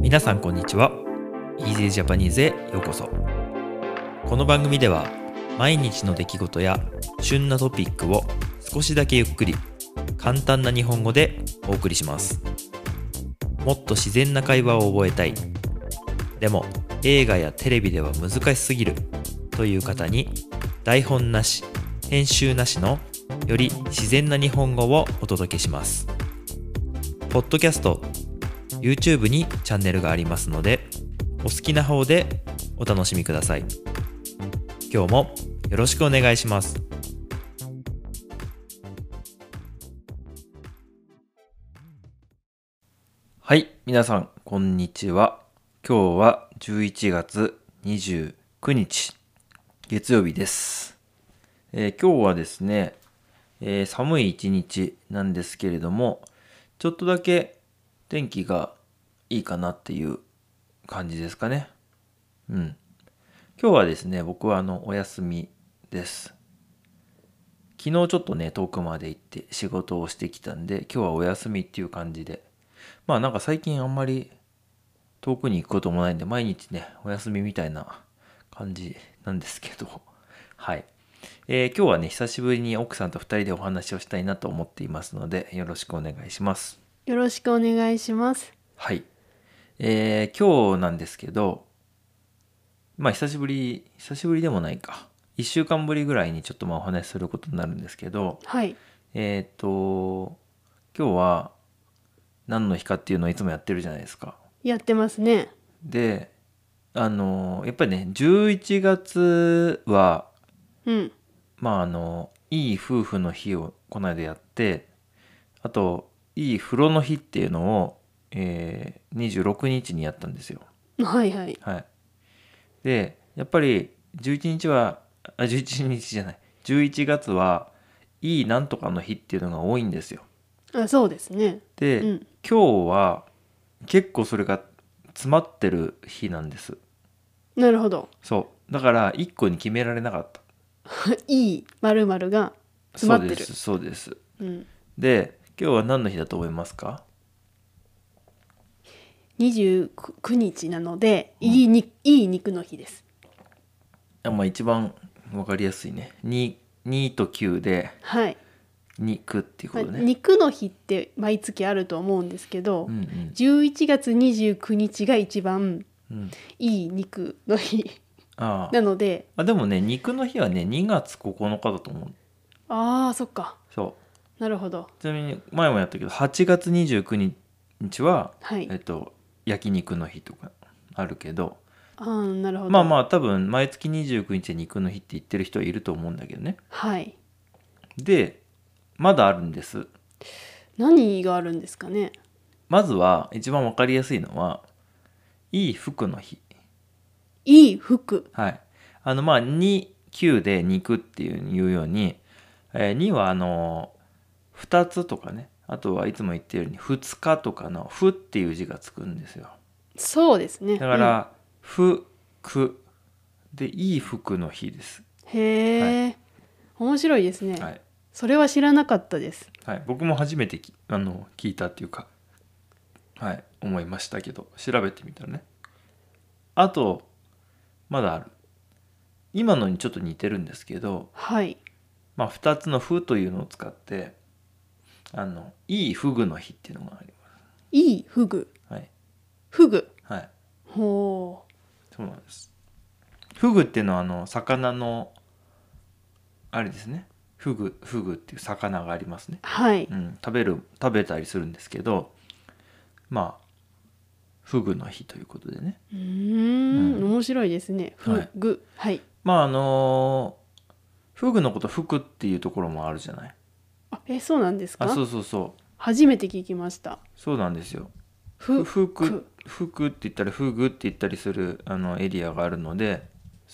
皆さんこんにちは。 Easy Japanese へようこそ。この番組では毎日の出来事や旬なトピックを少しだけゆっくり簡単な日本語でお送りします。もっと自然な会話を覚えたい、でも映画やテレビでは難しすぎるという方に、台本なし編集なしのより自然な日本語をお届けします。ポッドキャスト、YouTube にチャンネルがありますので、お好きな方でお楽しみください。今日もよろしくお願いします。はい、皆さんこんにちは。今日は11月29日月曜日です。今日はですね、寒い一日なんですけれども、ちょっとだけ天気がいいかなっていう感じですかね。今日はですね、僕はお休みです。昨日ちょっとね、遠くまで行って仕事をしてきたんで、今日はお休みっていう感じで、なんか最近あんまり遠くに行くこともないんで、毎日ね、お休みみたいな感じなんですけど、はい。今日はね、久しぶりに奥さんと2人でお話をしたいなと思っていますので、よろしくお願いします。 よろしくお願いします。 はい。今日なんですけど、久しぶりでもないか。1週間ぶりぐらいにちょっとお話しすることになるんですけど、 はい。 今日は何の日かっていうのをいつもやってるじゃないですか。 やってますね。 で、やっぱりね、11月は、 うん。 いい夫婦の日をこの間やって、あと、いい風呂の日っていうのを、26日にやったんですよ。 はいはい。 はい。で、やっぱり11日じゃない。11月はいいなんとかの日っていうのが多いんですよ。 そうですね。 で、 うん。 今日は結構それが詰まってる日なんです。 なるほど。 そう。だから1個に決められなかった。 いい〇〇が詰まってる。 そうです。 うん。 で、今日は何の日だと思いますか 29日なので、いい肉の日です。 一番わかりやすいね。2と9ではい。 肉っていうことね。 肉の日って毎月あると思うんですけど、 うんうん。 11月29日が一番うん。 いい肉の日あなので、 でもね、肉の日はね、2月9日だと思う。 そっか。 そなるほど。 う。ちなみに前もやったけど、8月29日は、 はい。 焼肉の日とかあるけど、 なるほど。 多分毎月29日で肉の日って言ってる人はいると思うんだけどね。 はい。 で、まだあるんです。 何があるんですかね。 まずは一番わかりやすいのは、いい服の日。 いい服。 はい。2、9で肉っていうように、2は2つとかね、あとはいつも言ってるように2日とかの「ふ」っていう字がつくんですよ。 そうですね。 だから「ふく」でいい服の日です。 へえ、面白いですね。 はい。 それは知らなかったです。 はい。僕も初めて聞いたっていうか、はい、思いましたけど、調べてみたらね。あと、まだある。今のにちょっと似てるんですけど、 はい。 2つの「ふ」というのを使って、いいフグの日っていうのがありまいいフグ。 す。はい。 フグ。 はい。 ほそうなんです。フグっていうのは魚のあれですね。フグっていう魚がありますね。 う。はい。 食べたりするんですけど、フグの日ということでね。 面白いですね。フグ。はい。 フグのことフクっていうところもあるじゃない。 そうなんですか？ そうそうそう。 初めて聞きました。 そうなんですよ。 フフク。 クって言ったりフグって言ったりするエリアがあるので、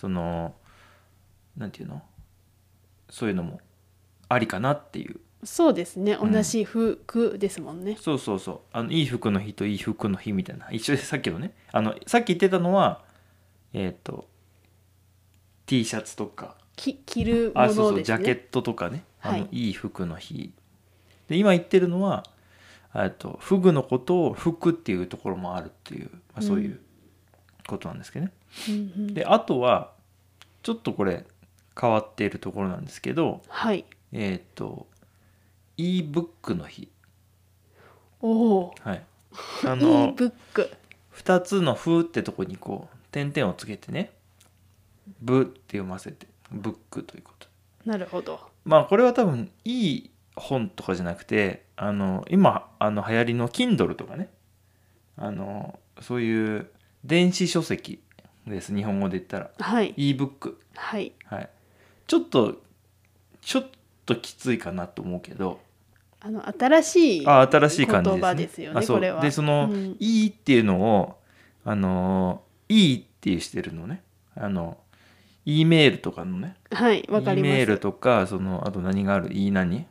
なんていうの、そういうのもありかなっていう。 そうですね。同じ服ですもんね。 そうそうそう。いい服の日といい服の日みたいな。一緒でさっきのね。さっき言ってたのは、T シャツとか、 着るもそうそう、 のですね。 ジャケットとかね。 はい。 いい服の日。で、今言ってるのは、 フグのことを服っていうところもあるっていう、そういうことなんですけどね。 うんうんであとはちょっとこれ変わっているところなんですけど、 はい。 ebook の日。 おお。 はい。 e-book。 2つの「風」ってとこにこう点々をつけてね「ぶ」って読ませてブックということ。 なるほど。 これは多分いい本とかじゃなくて今流行りの Kindle とかねそういう電子書籍です。日本語で言ったらはい ebook。 はい。 はい。ちょっときついかなと思うけど、 新しい新しい感じ言葉でね。 ですすよね、 そう。 これは。 で、いいっていうのを、いいっていうしてるのね。E メールとかのね。 はい、わか E りまメールす。 とか、あと何がある？ E 何？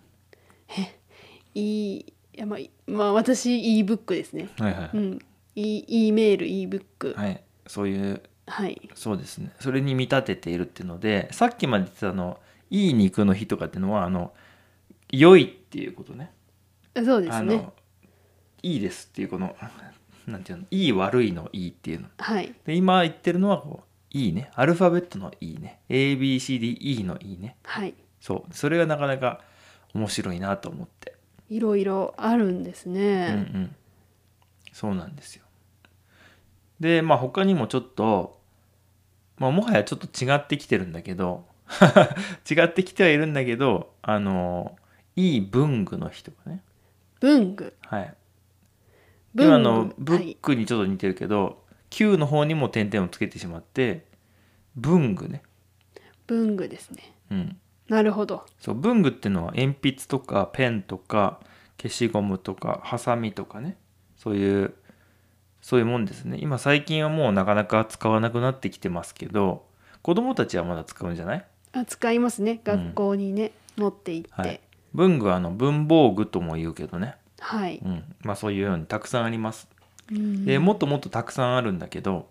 いや、私 e-book ですね。 はいはい。 うん。e メール、e-book。 はい。そういう、 はい。 そうですね。それに見立てているっていうので、さっきまで言ってたいい肉の日とかっていうのは、良いっていうことね。 そうですね。 いいですっていうなんていうの、いい悪いのいいっていうの。 はい。 で、今言ってるのはいいね。アルファベットのいいね。ABCDE のいいね。 はい。 そう。それがなかなか面白いなと思って。 いろいろあるんですうんうね。 ん。そうなんですよ。で、他にもちょっと、もはやちょっと違ってきてるんだけど、違ってきてはいるんだけど、いい文具の日とかね。 文具。 はい。今文具。 ブックにちょっと似てるけど、Q の方にも点々をつけてしまって、文具ね。 文具ですね。 うん。 なるほど。 そう、文具っていうのは鉛筆とかペンとか消しゴムとかハサミとかね。そういうもんですね。今最近はもうなかなか使わなくなってきてますけど、子供たちはまだ使うんじゃない？ 使いますね。 うん学校にね、持って行はい。 って。 文具は文房具とも言うけどね。 はい。 うん。そういうようにたくさんあります。 うんで、もっともっとたくさんあるんだけど、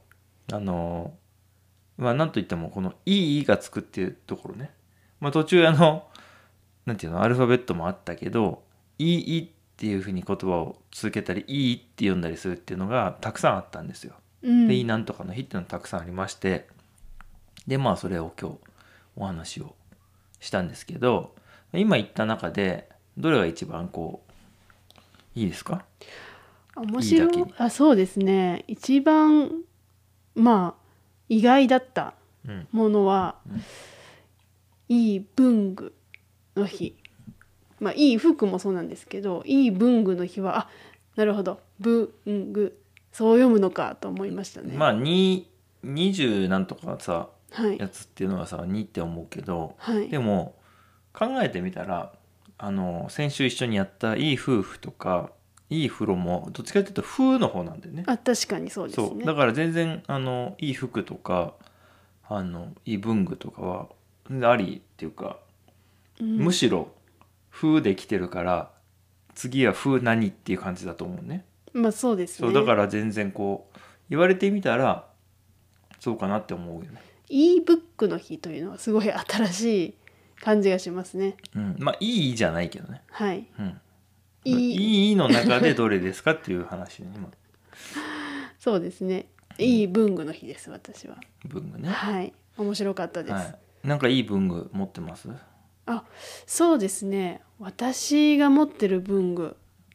なんといってもこの「いい」がつくっていうところね。途中なんていうの、アルファベットもあったけど、いいっていうふうに言葉を続けたり、いいって読んだりするっていうのがたくさんあったんですよ。で、いいなんとかの日っていうのがたくさんありまして、で、それを今日お話をしたんですけど、今言った中で、どれが一番いいですか？ 面いいだけに。 白い。そうですね。一番、意外だったうん。 ものは、いい文具の日。いい服もそうなんですけど、いい文具の日は、なるほど。文具。そう読むのかと思いましたね。 20なんとかさ、 はいやつっていうのはさ、2って思うけど、 はいでも、考えてみたら、先週一緒にやったいい夫婦とか、いい風呂も、どっちかっていうと風の方なんだよね。 確かにそうですそう。 ね。 だから全然、いい服とか、いい文具とかは、全然ありっていうか、むしろ、風で来てるから、次は風何っていう感じだと思うね。 そうですね。 そう、だから全然言われてみたら、そうかなって思うよね。 e-book の日というのはすごい新しい感じがしますね。 うん。いいじゃないけどね。 はい。 うん。 いい、 いいの中でどれですかっていう話ね、今。 そうですね。いい文具の日です、私は。 文具ね。 はい。面白かったです。 はい。なんかいい文具持ってます？ そうですね。私が持ってる文具。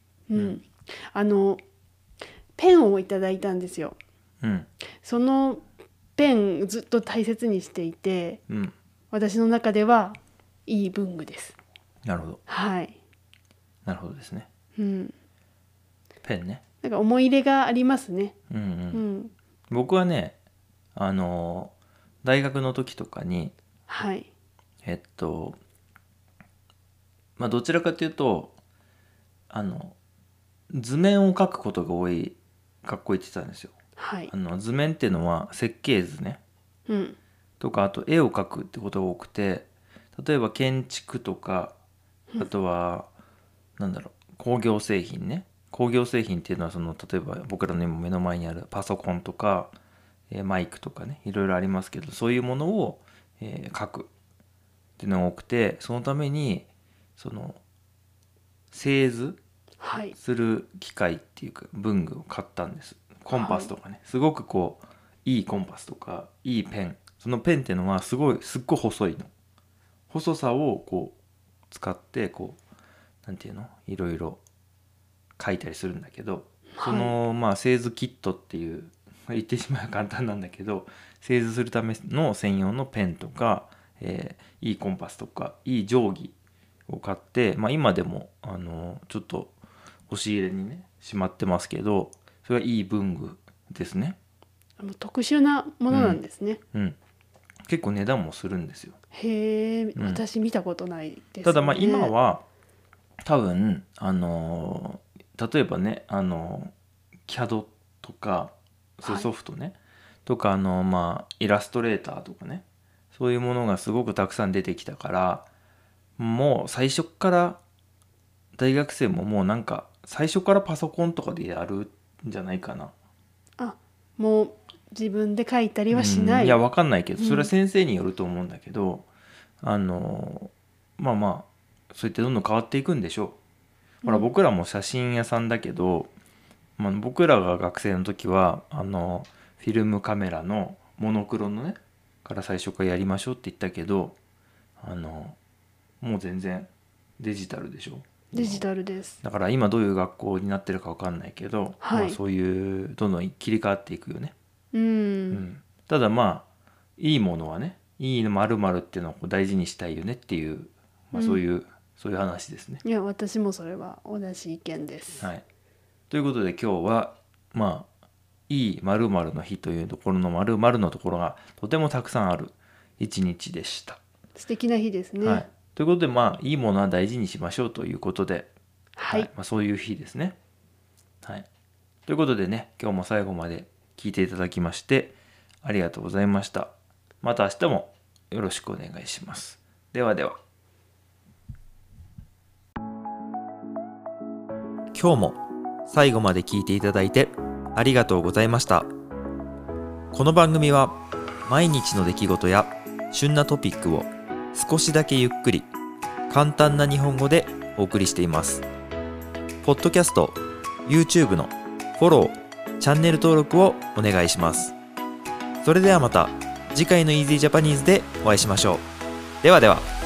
ペンをいただいたんですよ。 うん。 そのペンずっと大切にしていて、 うん。 私の中ではいい文具です。 なるほど。 はい。 なるほどですね。 うん。 ペンね。 なんか思い入れがありますね。 うんう。 うんん。 僕はね、大学の時とかに、 はい。 どちらかというと、図面を描くことが多い学校行ってたんですよ。 はい。 図面っていうのは設計図ね。 うん。 とか、あと絵を描くってことが多くて、例えば建築とか、あとは、工業製品ね。工業製品っていうのは例えば僕らの今目の前にあるパソコンとか、マイクとかね、いろいろありますけど、そういうものを、描くっていうのが多くて、そのために、製図はいする機械っていうか文具を買ったんです。コンパスとかね、すごくこういいコンパスとかいいペン、そのペンっていうのはすっごい細いの。細さをこう使ってこうなんていうの、いろいろ書いたりするんだけど、そのまあ製図キットっていう、言ってしまえば簡単なんだけど、製図するための専用のペンとか、いいコンパスとかいい定規を買って、まあ、今でもちょっと押し入れにねしまってますけど、それはいい文具ですね。 特殊なものなんですね。 結構値段もするんですよ。 へえ、私見たことないですね。 ただまあ今は多分例えばねCAD とかそういうソフトね、とかまあイラストレーターとかね、そういうものがすごくたくさん出てきたから、もう最初から大学生ももうなんか最初からパソコンとかでやるんじゃないかな。 もう自分で書いたりはしない。 いやわかんないけど、それは先生によると思うんだけど、まあまあそうやってどんどん変わっていくんでしょう。ほら僕らも写真屋さんだけど、僕らが学生の時はフィルムカメラのモノクロのねから最初からやりましょうって言ったけど、もう全然デジタルでしょ。 デジタルです。 だから今どういう学校になってるか分かんないけど、まあ、そういうどんどん切り替わっていくよね。ただまあいいものはね、いい〇〇っていうのを大事にしたいよねっていう、そういう話ですね。 いや私もそれは同じ意見です。 はい。ということで今日はまあいい〇〇の日というところの〇〇のところがとてもたくさんある一日でした。 素敵な日ですね。 はい。ということでまあいいものは大事にしましょうということで、そういう日ですね。はい。ということでね、今日も最後まで聞いていただきましてありがとうございました。また明日もよろしくお願いします。ではでは。今日も最後まで聞いていただいてありがとうございました。この番組は毎日の出来事や旬なトピックを少しだけゆっくり簡単な日本語でお送りしています。ポッドキャスト、YouTube のフォロー、チャンネル登録をお願いします。それではまた次回の Easy Japanese でお会いしましょう。ではでは。